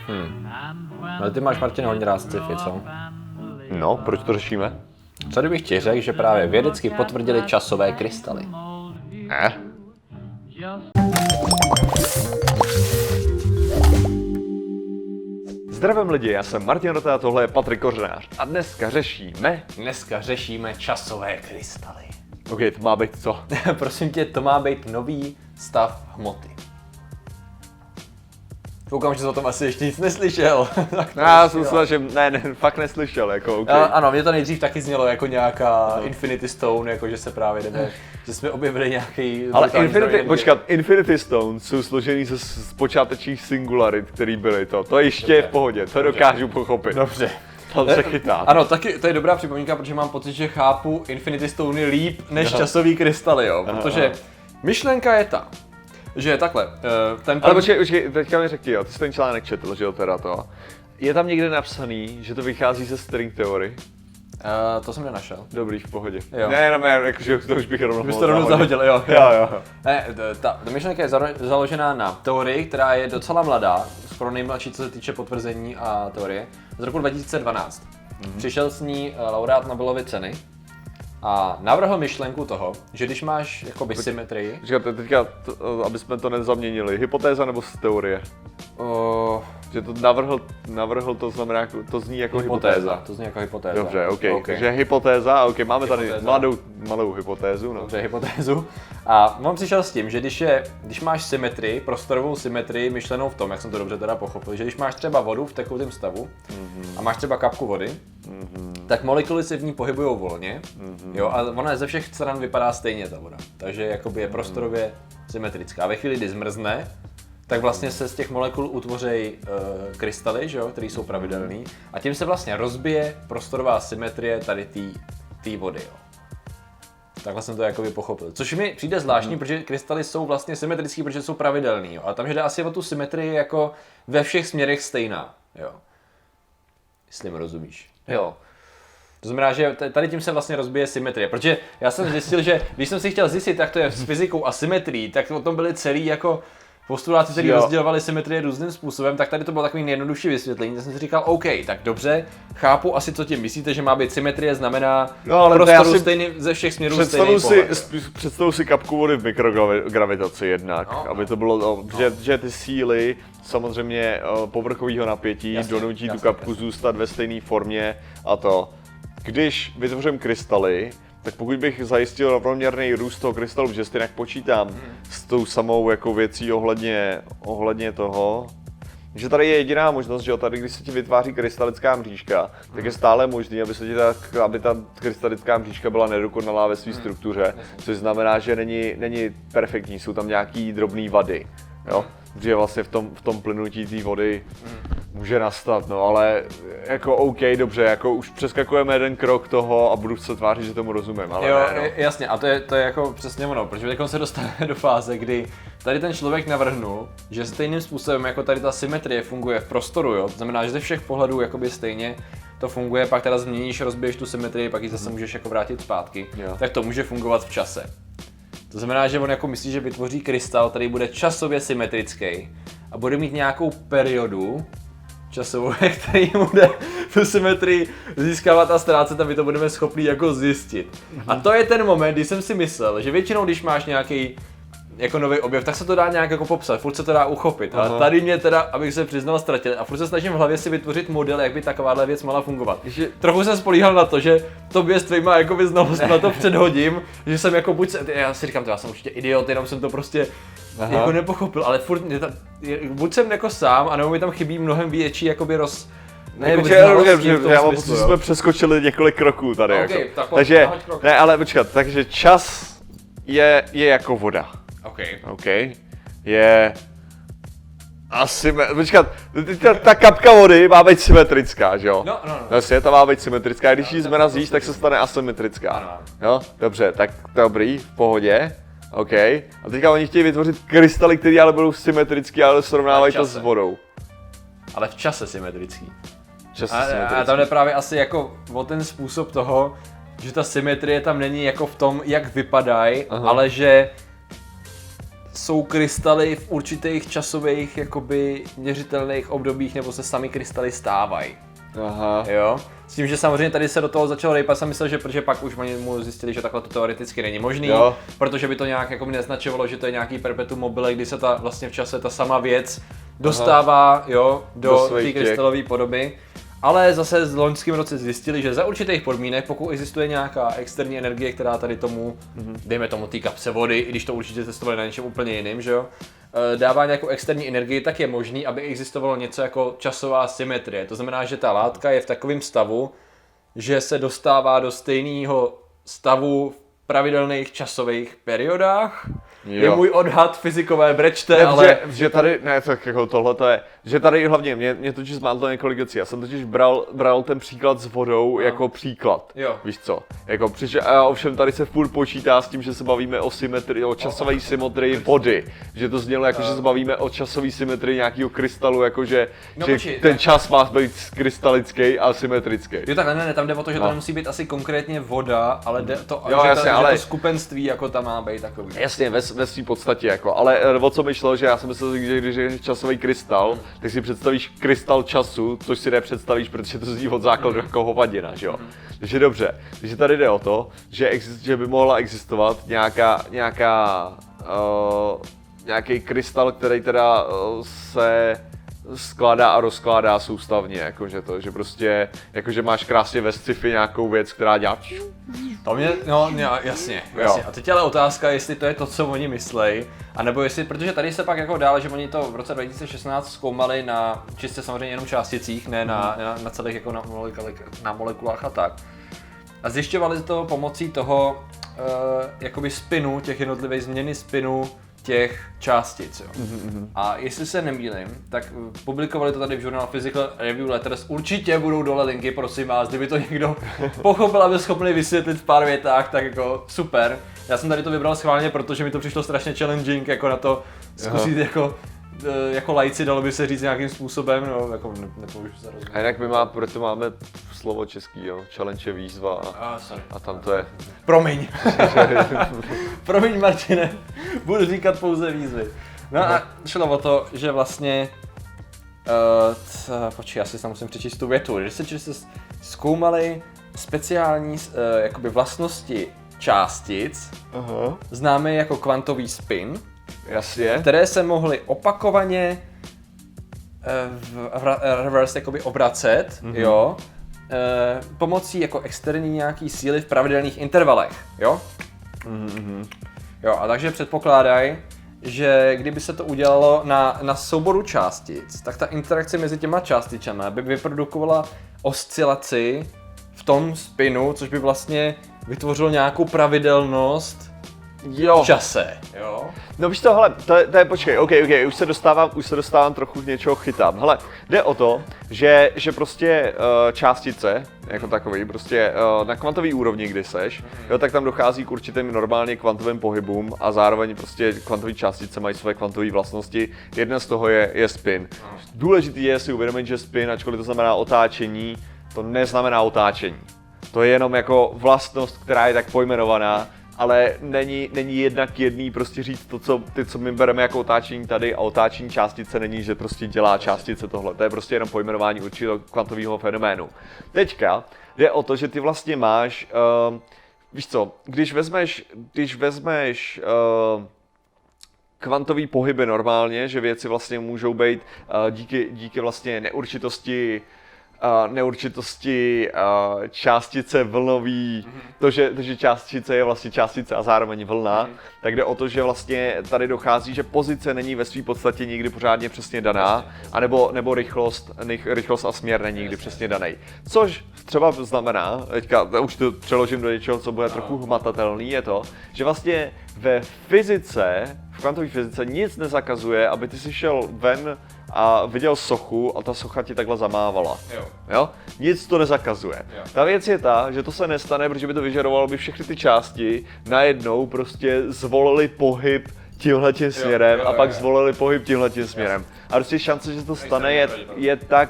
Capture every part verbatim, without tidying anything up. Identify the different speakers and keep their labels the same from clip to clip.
Speaker 1: Hmm. No ty máš, Martin, hodně rád sci-fi, co?
Speaker 2: No, proč to řešíme?
Speaker 1: Co kdybych ti řekl, že právě vědecky potvrdili časové krystaly?
Speaker 2: Ne? Zdravím lidi, já jsem Martin Rota a tohle je Patrik Kořenář a dneska řešíme...
Speaker 1: Dneska řešíme časové krystaly.
Speaker 2: Ok, to má být co?
Speaker 1: Prosím tě, to má být nový stav hmoty. Koukám, že jsi o tom asi ještě nic neslyšel.
Speaker 2: No, já jsem myslel, že ne, ne, fakt neslyšel, jako ok.
Speaker 1: A, ano, mě to nejdřív taky znělo jako nějaká no. Infinity Stone, jako že se právě jdeme, že jsme objevili nějaký...
Speaker 2: Ale Infinity, počkat, Infinity Stone jsou složený ze z počátečních singularit, který byly to. To ještě je v pohodě, to Dobře. dokážu pochopit.
Speaker 1: Dobře.
Speaker 2: To se chytá.
Speaker 1: Ano, taky, to je dobrá připomínka, protože mám pocit, že chápu Infinity Stony líp než Aha. časový krystaly, jo. Protože Aha. myšlenka je ta, že takhle, ten...
Speaker 2: Ale počkej, počkej, teďka mi řekni, jo, ty jsi ten článek četl, že jo, teda to. Je tam někde napsaný, že to vychází ze string theory?
Speaker 1: Uh, to jsem nenašel.
Speaker 2: Dobrý, v pohodě.
Speaker 1: Jo.
Speaker 2: Ne, ne, ne, jakože to už bych rovnou
Speaker 1: Bys to rovnou zahodil, jo.
Speaker 2: Jo, jo.
Speaker 1: Ne, ta, ta myšlenka je založená na teorii, která je docela mladá, skoro nejmladší, co se týče potvrzení a teorie, z roku dva tisíce dvanáct. Mm-hmm. Přišel s ní laureát Nobelovy ceny a navrhl myšlenku toho, že když máš jakoby symetrii...
Speaker 2: Říkáte teďka, to, aby jsme to nezaměnili, hypotéza nebo teorie?
Speaker 1: Uh,
Speaker 2: že to navrhl, navrhl to znamená, to zní jako hypotéza. hypotéza.
Speaker 1: To zní jako hypotéza.
Speaker 2: Dobře, ok. okay. Takže hypotéza, ok, máme hypotéza. Tady mladou, malou hypotézu. No.
Speaker 1: Dobře, hypotézu. A on přišel s tím, že když, je, když máš symetrii, prostorovou symetrii myšlenou v tom, jak jsem to dobře teda pochopil, že když máš třeba vodu v tekutém stavu mm-hmm. a máš třeba kapku vody, mm-hmm. tak molekuly se v ní pohybují volně, mm-hmm. jo, a ona ze všech stran vypadá stejně ta voda. Takže jakoby je prostorově symetrická. Ve chvíli, kdy zmrzne, tak vlastně se z těch molekul utvoří uh, krystaly, že jo, které jsou pravidelné, a tím se vlastně rozbije prostorová symetrie tady té vody. Jo. Takhle jsem to jakoby pochopil. Což mi přijde zvláštní, mm. protože krystaly jsou vlastně symetrické, protože jsou pravidelné. A tam jde asi o tu symetrii jako ve všech směrech stejná. Jo. Jestli mi rozumíš. Jo. To znamená, že tady tím se vlastně rozbije symetrie, protože já jsem zjistil, že když jsem si chtěl zjistit, jak to je s fyzikou a symetrií, tak o tom byly celý jako postuláci, kteří rozdělovali symetrie různým způsobem, tak tady to bylo takový nejjednodušší vysvětlení. Tak jsem si říkal, OK, tak dobře, chápu asi, co tím myslíte, že má být symetrie, znamená
Speaker 2: no,
Speaker 1: prostoru stejný, ze všech směrů stejný
Speaker 2: si, představu si kapku vody v mikrogravitaci jednak, no, aby to bylo, no, že, že ty síly samozřejmě povrchového napětí jasně, donutí jasně, tu kapku jasně. zůstat ve stejné formě a to. Když vytvořím krystaly, tak pokud bych zajistil rovnoměrný růst toho krystalu, že stejně počítám hmm. s tou samou jako věcí ohledně, ohledně toho, že tady je jediná možnost, že tady, když se ti vytváří krystalická mřížka, hmm. tak je stále možný, aby, se ti ta, aby ta krystalická mřížka byla nedokonalá ve své hmm. struktuře, což znamená, že není, není perfektní, jsou tam nějaký drobné vady, jo? Že vlastně v tom, v tom plynutí té vody hmm. může nastat, no ale jako OK, dobře, jako už přeskakujeme jeden krok toho a budu se tvářit, že tomu rozumím, ale
Speaker 1: jo,
Speaker 2: ne, no.
Speaker 1: jasně, a to je, to je jako přesně ono, protože teď se dostaneme do fáze, kdy tady ten člověk navrhnul, že stejným způsobem jako tady ta symetrie funguje v prostoru, jo, to znamená, že ze všech pohledů jakoby stejně to funguje, pak teda změníš, rozbiješ tu symetrii, pak ji zase můžeš jako vrátit zpátky, jo. Tak to může fungovat v čase. To znamená, že on jako myslí, že vytvoří krystal, který bude časově symetrický a bude mít nějakou periodu časovou, který bude tu symetrii získávat a ztrácet, a my to budeme schopni jako zjistit. A to je ten moment, kdy jsem si myslel, že většinou, když máš nějaký jako nový objev, tak se to dá nějak jako popsat, furt se to dá uchopit. Aha. Ale tady mě teda, abych se přiznal, ztratil a furt se snažím v hlavě si vytvořit model, jak by takováhle věc mohla fungovat. Že trochu jsem spolíhal na to, že tobě s tvýma jakoby znalostmi na to předhodím, že jsem jako buď se, já si říkám, to já jsem určitě idiot, jenom jsem to prostě Aha. jako nepochopil, ale furt buď jsem jako sám, anebo mi tam chybí mnohem větší jakoby roz
Speaker 2: Ne, počkej, já mám pocit, že jsme přeskočili několik kroků tady. Okay, jako. Tak takže, ne, ale počkat, takže čas je, je jako voda.
Speaker 1: OK.
Speaker 2: OK. Je asi, počkat, ta, ta kapka vody má být symetrická, že jo?
Speaker 1: No, no, no.
Speaker 2: Vlastně ta má být symetrická, když ji zmrazíš, tak se stane asymetrická. Jo, dobře, tak dobrý, v pohodě. OK. A teďka oni chtějí vytvořit krystaly, které ale budou symetrické, ale srovnávají to s vodou.
Speaker 1: Ale v čase symetrický.
Speaker 2: Čase
Speaker 1: a,
Speaker 2: symetrický.
Speaker 1: A tam jde právě asi jako o ten způsob toho, že ta symetrie tam není jako v tom, jak vypadají, ale že jsou krystaly v určitých časových jakoby měřitelných obdobích, nebo se sami krystaly stávají.
Speaker 2: Aha.
Speaker 1: Jo? S tím, že samozřejmě tady se do toho začalo rejpat, jsem myslel, že protože pak už oni mu zjistili, že takhle to teoreticky není možný,
Speaker 2: jo.
Speaker 1: protože by to nějak jako neznačovalo, že to je nějaký perpetuum mobile, kdy se ta vlastně v čase ta sama věc dostává jo, do,
Speaker 2: do
Speaker 1: té krystalové podoby. Ale zase v loňském roce zjistili, že za určitých podmínek, pokud existuje nějaká externí energie, která tady tomu, mm-hmm. dejme tomu té kapse vody, i když to určitě testovali na něčem úplně jiným, že jo, dává nějakou externí energii, tak je možný, aby existovalo něco jako časová symetrie. To znamená, že ta látka je v takovém stavu, že se dostává do stejného stavu v pravidelných časových periodách. Jo. Je můj odhad fyzikové brečte,
Speaker 2: ne,
Speaker 1: ale...
Speaker 2: Že, že tady, ne, tak jako tohle to je, že tady hlavně, mě, mě totiž zmátlo několik věcí, já jsem totiž bral, bral ten příklad s vodou no. jako příklad,
Speaker 1: jo.
Speaker 2: víš co, jako přiče, a ovšem tady se furt počítá s tím, že se bavíme o symetrii, o časové symetrii vody, že to znělo jako, uh. že se bavíme o časové symetrii nějakého krystalu, jako že, no, že počkej, ten čas má být krystalický a symetrický.
Speaker 1: Jo takhle, ne, ne, tam jde o to, že no. to nemusí být asi konkrétně voda, ale jde to,
Speaker 2: jo,
Speaker 1: že,
Speaker 2: jasně,
Speaker 1: ta,
Speaker 2: ale...
Speaker 1: že to skupenství jako tam má být takový.
Speaker 2: Jasně, ve, ve svým podstatě jako, ale o co mi šlo, že já jsem myslel, že když je časový krystal, tak si představíš krystal času, což si nepředstavíš, protože to zní od základu jako hovadina, že jo. Takže dobře, takže tady jde o to, že, exist, že by mohla existovat nějaká, nějaká, uh, nějaký krystal, který teda uh, se skládá a rozkládá soustavně, jakože to, že prostě, jakože máš krásně ve sci-fi nějakou věc, která dělá...
Speaker 1: To mě, no, no jasně, jasně. Jo. A teď ale otázka, jestli to je to, co oni myslej, anebo jestli, protože tady se pak jako dále, že oni to v roce dva tisíce šestnáct zkoumali na čistě samozřejmě jenom částicích, ne na, na, na celých jako na, molekulách, na molekulách a tak. A zjišťovali to pomocí toho, uh, jakoby spinu, těch jednotlivých změny spinu těch částic, jo. Mm-hmm. A jestli se nemýlím, tak publikovali to tady v žurnálu Physical Review Letters, určitě budou dole linky, prosím vás, kdyby to někdo pochopil a byl schopný vysvětlit v pár větách, tak jako super. Já jsem tady to vybral schválně, protože mi to přišlo strašně challenging, jako na to zkusit jako jako lajci, dalo by se říct nějakým způsobem, no, jako ne, nepoužiju se rozumět.
Speaker 2: A jinak my má, proto máme slovo český, jo, challenge je výzva a,
Speaker 1: ah,
Speaker 2: a tam to je.
Speaker 1: Promiň. Promiň, Martine, budu říkat pouze výzvy. No a šlo o to, že vlastně, uh, t, počkej, já si tam musím přečíst tu větu, že se, že se zkoumali speciální uh, jakoby vlastnosti částic, uh-huh. známé jako kvantový spin,
Speaker 2: jasně.
Speaker 1: které se mohly opakovaně v, v reverse jakoby obracet, mm-hmm. jo, e, pomocí jako externí nějaký síly v pravidelných intervalech, jo. Mm-hmm. Jo, a takže předpokládají, že kdyby se to udělalo na, na souboru částic, tak ta interakce mezi těma částičama by vyprodukovala oscilaci v tom spinu, což by vlastně vytvořilo nějakou pravidelnost
Speaker 2: jo.
Speaker 1: v čase, jo.
Speaker 2: No víš to, hele, to je, to je počkej, ok, ok, už se dostávám, už se dostávám trochu z něčeho chytám. Hele, jde o to, že, že prostě uh, částice, jako takový, prostě uh, na kvantový úrovni, kdy seš, mm-hmm. jo, tak tam dochází k určitým normálně kvantovým pohybům a zároveň prostě kvantové částice mají své kvantové vlastnosti. Jedna z toho je, je spin. Mm. Důležitý je si uvědomit, že spin, ačkoliv to znamená otáčení, to neznamená otáčení. To je jenom jako vlastnost, která je tak pojmenovaná, ale není, není jednak jedný prostě říct to, co, ty, co my bereme jako otáčení tady a otáčení částice není, že prostě dělá částice tohle. To je prostě jenom pojmenování určitého kvantového fenoménu. Teďka jde o to, že ty vlastně máš, uh, víš co, když vezmeš, když vezmeš uh, kvantový pohyby normálně, že věci vlastně můžou být uh, díky, díky vlastně neurčitosti Uh, neurčitosti uh, částice vlnový, mm-hmm. to, že, to, že částice je vlastně částice a zároveň vlna, mm-hmm. tak jde o to, že vlastně tady dochází, že pozice není ve své podstatě nikdy pořádně přesně daná, anebo, nebo rychlost, rychlost a směr není nikdy přesně daný. Což třeba znamená, teďka už to přeložím do něčeho, co bude trochu hmatatelný, je to, že vlastně ve fyzice, v kvantové fyzice nic nezakazuje, aby ty si šel ven a viděl sochu a ta socha ti takhle zamávala. Jo. Jo? Nic to nezakazuje. Jo. Ta věc je ta, že to se nestane, protože by to vyžadovalo, by všechny ty části najednou prostě zvolili pohyb tímhletím směrem jo, jo, jo, a pak jo. zvolili pohyb tímhletím směrem. A prostě šance, že to stane, je, je tak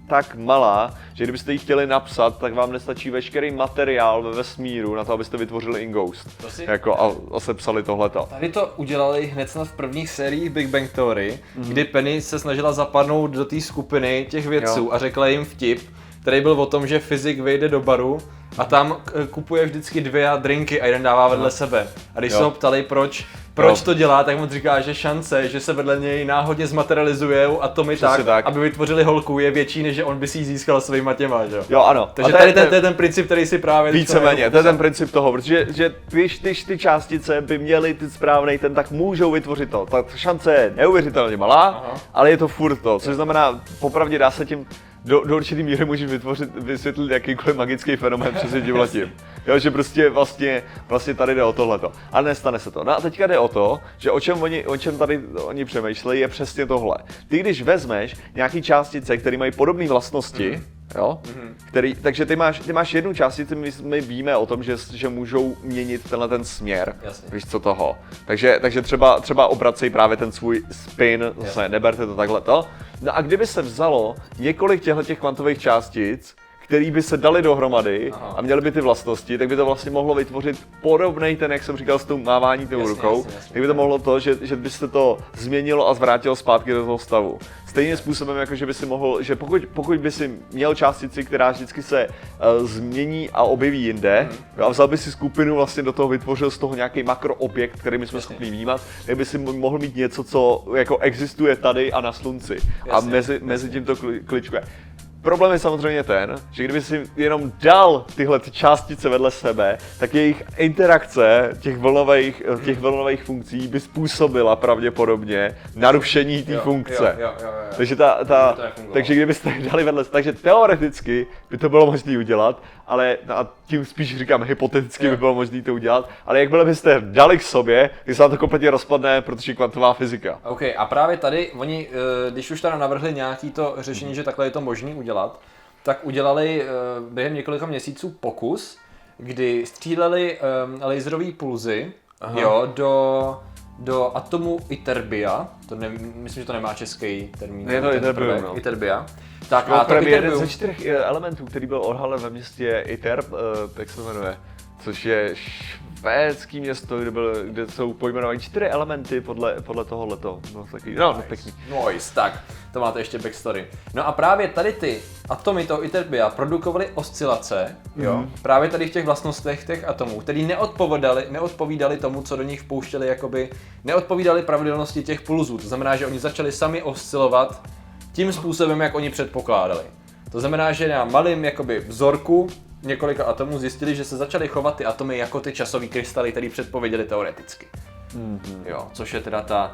Speaker 2: tak malá, že kdybyste ji chtěli napsat, tak vám nestačí veškerý materiál ve vesmíru na to, abyste vytvořili InGhost.
Speaker 1: To si...
Speaker 2: Jako a, a sepsali tohleto.
Speaker 1: Tady to udělali hned snad v prvních sériích Big Bang Theory, mm-hmm. kdy Penny se snažila zapadnout do té skupiny těch vědců jo. a řekla jim vtip, který byl o tom, že fyzik vejde do baru a tam kupuje vždycky dvě drinky a jeden dává vedle sebe. A když jo. se ho ptali, proč, proč to dělá, tak mu říká, že šance, že se vedle něj náhodně zmaterializují atomy tak, tak, aby vytvořili holku, je větší, než že on by si ji získal svýma těma, že?
Speaker 2: Jo, ano.
Speaker 1: Takže tady ten, to je ten princip, který si právě...
Speaker 2: Víceméně, to je ten princip toho, protože že když ty, ty částice by měly ty správnej ten, tak můžou vytvořit to. Ta šance je neuvěřitelně malá, aha. ale je to furt to, což znamená, popravdě dá se tím do, do určitý míry můžeš vytvořit, vysvětlit jakýkoliv magický fenomén přesně tím letím. Jo, že prostě vlastně, vlastně tady jde o tohleto. Ale nestane se to. No a teďka jde o to, že o čem, oni, o čem tady oni přemýšlejí je přesně tohle. Ty když vezmeš nějaký částice, které mají podobné vlastnosti, mm. jo, mm. který, takže ty máš, ty máš jednu částici, my, my víme o tom, že, že můžou měnit tenhle ten směr, jasně. Víš co toho. Takže, takže třeba, třeba obracej právě ten svůj spin, zase neberte to takhleto. No a kdyby se vzalo několik těchto kvantových částic, který by se dali dohromady aha. a měly by ty vlastnosti, tak by to vlastně mohlo vytvořit podobnej ten, jak jsem říkal, s tou mávání tou jasně, rukou, jasně, jasně. tak by to mohlo to, že, že byste to změnilo a zvrátilo zpátky do toho stavu. Stejným způsobem, jako že by si mohl, že pokud, pokud by si měl částici, která vždycky se uh, změní a objeví jinde, mm. a vzal by si skupinu, vlastně do toho vytvořil z toho nějaký makroobjekt, který my jsme jasně. schopni vnímat, tak by si mohl mít něco, co jako existuje tady a na slunci jasně, a mezi, jasně. mezi tím to kličkuje. Problém je samozřejmě ten, že kdyby si jenom dal tyhle ty částice vedle sebe, tak jejich interakce těch vlnových, těch vlnových funkcí by způsobila pravděpodobně narušení té funkce. Jo, jo, jo, jo, jo. Takže, ta, ta, takže kdybyste je dali vedle sebe, takže teoreticky by to bylo možné udělat, ale a tím spíš říkám hypoteticky jo. by bylo možné to udělat, ale jakmile byste dali k sobě, tak se vám to kompletně rozpadne, protože je kvantová fyzika.
Speaker 1: OK, a právě tady oni, když už teda navrhli nějaký to řešení, že takhle je to možné udělat, tak udělali během několika měsíců pokus, kdy stříleli laserové pulzy jo, do, do atomu Iterbia, to ne, myslím, že to nemá český termín.
Speaker 2: Je to Iterbia, no.
Speaker 1: Iterbia. Tak
Speaker 2: no, a to je jeden ze čtyřech elementů, který byl odhalen ve městě Iterb, tak se jmenuje, což je švédský město, kde, byl, kde jsou pojmenovány čtyři elementy podle, podle tohohleto. No, takový, no, nice. Pěkný.
Speaker 1: Nice, tak, to máte ještě backstory. No a právě tady ty atomy toho Iterbia produkovaly oscilace, mm. jo, právě tady v těch vlastnostech těch atomů, které neodpovídaly, neodpovídaly tomu, co do nich vpouštěli, jakoby, neodpovídaly pravidelnosti těch pulzů. To znamená, že oni začali sami oscilovat tím způsobem, jak oni předpokládali. To znamená, že na malém jakoby vzorku několika atomů zjistili, že se začaly chovat ty atomy jako ty časové krystaly, které předpověděli teoreticky. Mm-hmm. Jo, což je teda ta...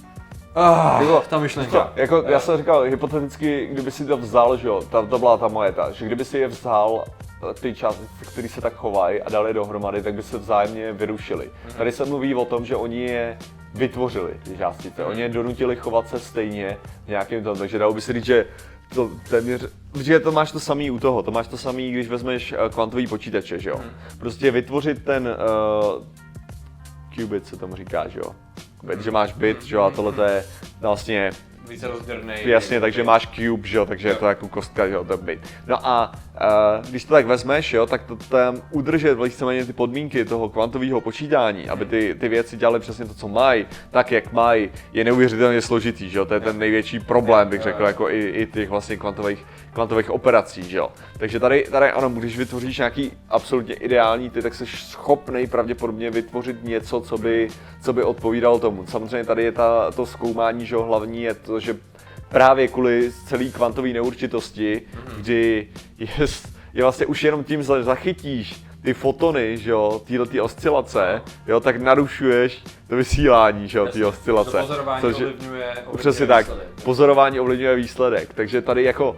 Speaker 1: Ah,
Speaker 2: Bylo,
Speaker 1: ta myšlenka.
Speaker 2: Jako, já jsem říkal, hypoteticky, kdyby si to vzal, že jo, ta, to byla ta moje ta, že kdyby si je vzal, ty částice, které se tak chovají a dali je dohromady, tak by se vzájemně vyrušily. Mm-hmm. Tady se mluví o tom, že oni je vytvořili, ty částice, mm-hmm. oni je donutili chovat se stejně v nějakém tom, takže dalo by se říct, že to téměř, protože to máš to samý u toho, to máš to samý, když vezmeš kvantový počítače, že jo. Hmm. Prostě vytvořit ten uh, qubit se tomu říká, že jo. Hmm. Že máš bit, že jo, a tohle je vlastně
Speaker 1: více rozděrnej.
Speaker 2: Jasně, takže máš cube, že jo, takže je to jako kostka, že jo, to bit. No a uh, když to tak vezmeš, jo, tak to tam udržet víceméně ty podmínky toho kvantového počítání, aby ty, ty věci dělaly přesně to, co mají, tak jak mají, je neuvěřitelně složitý, že jo, to je ten největší problém, bych řekl, jako i, i těch vlastně kvantových, kvantových operací, že jo. Takže tady, tady ano, když vytvoříš nějaký absolutně ideální ty, tak jsi schopnej pravděpodobně vytvořit něco, co by, co by odpovídalo tomu. Samozřejmě tady je ta, to zkoumání, že jo, hlavní je to, že právě kvůli celé kvantové neurčitosti, mm-hmm. kdy je, je vlastně už jenom tím, že zachytíš ty fotony, že jo, tyhle oscilace, jo, tak narušuješ to vysílání, že jo, ty oscilace.
Speaker 1: To pozorování což, ovlivňuje, ovlivňuje
Speaker 2: přesně
Speaker 1: výsledek.
Speaker 2: tak, pozorování ovlivňuje výsledek, takže tady jako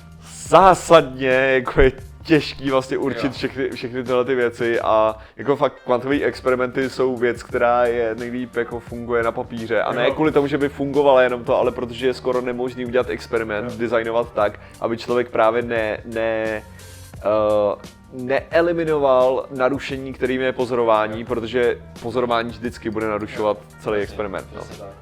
Speaker 2: zásadně jako je těžký vlastně určit všechny, všechny tyhle ty věci a jako fakt kvantové experimenty jsou věc, která je nejlíp jako funguje na papíře a ne kvůli tomu, že by fungovala jenom to, ale protože je skoro nemožný udělat experiment, jo. designovat tak, aby člověk právě ne, ne uh, neeliminoval narušení, kterým je pozorování, jo. protože pozorování vždycky bude narušovat celý experiment. No.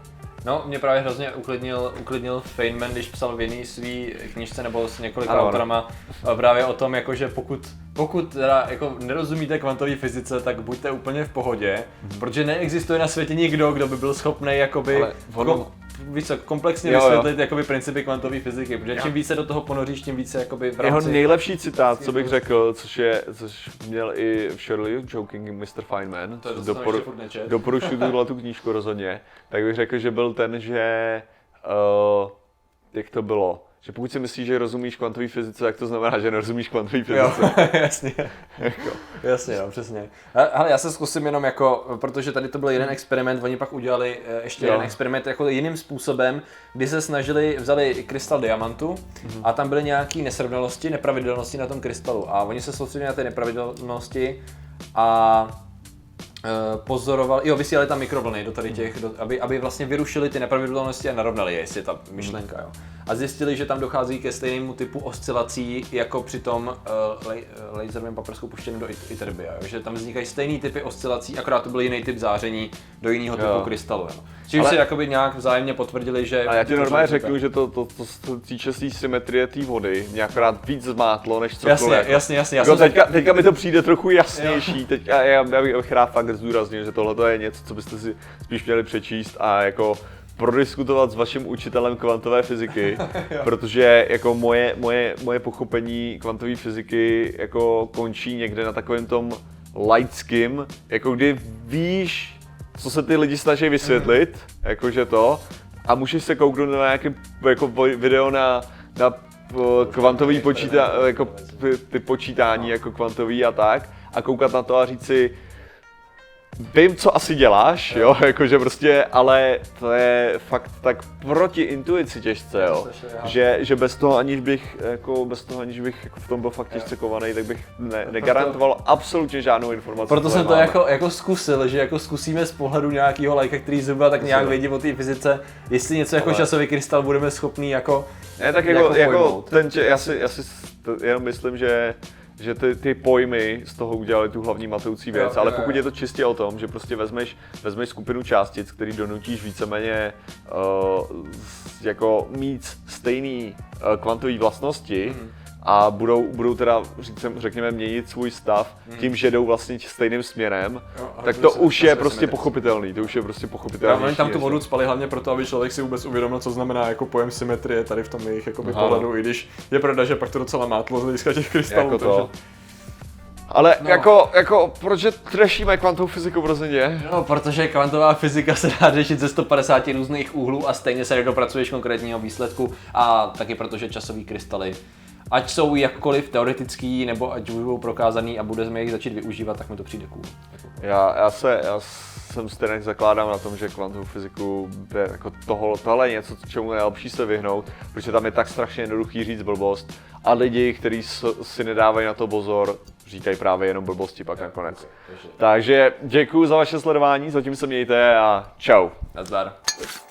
Speaker 1: No, mě právě hrozně uklidnil, uklidnil Feynman, když psal v jedné svý knižce nebo s několika
Speaker 2: ano,
Speaker 1: autorama právě o tom, jako, že pokud, pokud teda, jako, nerozumíte kvantové fyzice, tak buďte úplně v pohodě, mm-hmm. protože neexistuje na světě nikdo, kdo by byl schopný jakoby,
Speaker 2: ono...
Speaker 1: víc komplexně
Speaker 2: jo,
Speaker 1: vysvětlit
Speaker 2: jo.
Speaker 1: Jakoby, principy kvantové fyziky, protože čím více do toho ponoříš, tím více jakoby v rámci...
Speaker 2: Jeho nejlepší citát, co bych řekl, což je, což měl i v Shirley Joking mister Feynman,
Speaker 1: to
Speaker 2: doporu, doporučuji tuhle tu knížku rozhodně, tak bych řekl, že byl ten, že, uh, jak to bylo, že pokud si myslíš, že rozumíš kvantové fyzice, tak to znamená, že nerozumíš kvantové fyzice.
Speaker 1: Jo, jasně. jako. Jasně, no, přesně. Ale já se zkusím jenom jako, protože tady to byl jeden experiment, oni pak udělali ještě jo. jeden experiment jako jiným způsobem, kdy se snažili, vzali krystal diamantu mm-hmm. a tam byly nějaké nesrovnalosti, nepravidelnosti na tom krystalu a oni se soustředili na ty nepravidelnosti a pozorovali, jo, vysílali tam mikrovlny do tady těch, do, aby, aby vlastně vyrušili ty nepravidelnosti a narovnali je, jestli je ta myšlenka, jo. A zjistili, že tam dochází ke stejnému typu oscilací jako při tom uh, lej, uh, laserovém paprsku puštěném do Ytterbia, jo. Že tam vznikají stejný typy oscilací, akorát to byl jiný typ záření do jiného typu krystalu, jo. Čím ale... si jakoby nějak vzájemně potvrdili, že...
Speaker 2: A já ti normálně řeknu, že to, to, to, to týče té symetrie té vody mě akorát víc zmátlo, než cokoliv.
Speaker 1: Jasně,
Speaker 2: jako.
Speaker 1: jasně, jasně.
Speaker 2: Jako teďka, teďka mi to přijde trochu jasnější, teď, já, já, já bych rád fakt zdůraznil, že tohle je něco, co byste si spíš měli přečíst a jako prodiskutovat s vaším učitelem kvantové fyziky, protože jako moje, moje, moje pochopení kvantové fyziky jako končí někde na takovém tom laickým, jako kdy víš, co se ty lidi snaží vysvětlit, jakože to, a můžeš se kouknout na nějaké jako video na, na kvantový počítá, jako ty, ty počítání jako kvantový a tak, a koukat na to a říct si, vím, co asi děláš, jo, jakože prostě, ale to je fakt tak proti intuici těžce, jo, že, že bez toho aniž bych, jako bez toho aniž bych jako v tom byl fakt těžce kovaný, tak bych ne, negarantoval absolutně žádnou informaci.
Speaker 1: Proto jsem to jako, jako zkusil, že jako zkusíme z pohledu nějakého lajka, který zhruba tak nějak vědí o té fyzice, jestli něco jako ale... časový krystal budeme schopný jako
Speaker 2: ne, tak jako, jako, jako ten, já si, já si jenom myslím, že že ty, ty pojmy z toho udělali tu hlavní matoucí věc, jo, ale pokud je to čistě o tom, že prostě vezmeš, vezmeš skupinu částic, který donutíš víceméně uh, jako mít stejný uh, kvantový vlastnosti mm. a budou, budou teda, řekněme, měnit svůj stav mm. tím, že jdou vlastně stejným směrem, jo, tak to už je prostě pochopitelný, to už je prostě pochopitelný.
Speaker 1: Oni tam tu vodu spali hlavně proto, aby člověk si vůbec uvědomil, co znamená jako pojem symetrie tady v tom jejich jakoby, pohledu, i když je pravda, že pak to docela mátlo z hlediska těch krystalů.
Speaker 2: Jako to. Takže... Ale no. jako, jako, proč trešíme kvantovou fyziku v rozině?
Speaker 1: No, protože kvantová fyzika se dá řešit ze sto padesáti různých úhlů a stejně se nedopracuješ konkrétního výsledku a taky protože časový krystaly, ať jsou jakkoliv teoretický, nebo ať budou prokázaný a budeme jich začít využívat, tak mi to přijde cool.
Speaker 2: Já, já se, já jsem stejně zakládám na tom, že kvantovou fyziku je jako tohle, tohle je něco, čemu je lepší se vyhnout, protože tam je tak strašně jednoduchý říct blbost a lidi, kteří si nedávají na to pozor, říkají právě jenom blbosti pak nakonec. Okay, takže děkuji za vaše sledování, zatím se mějte a čau.
Speaker 1: Nazdar.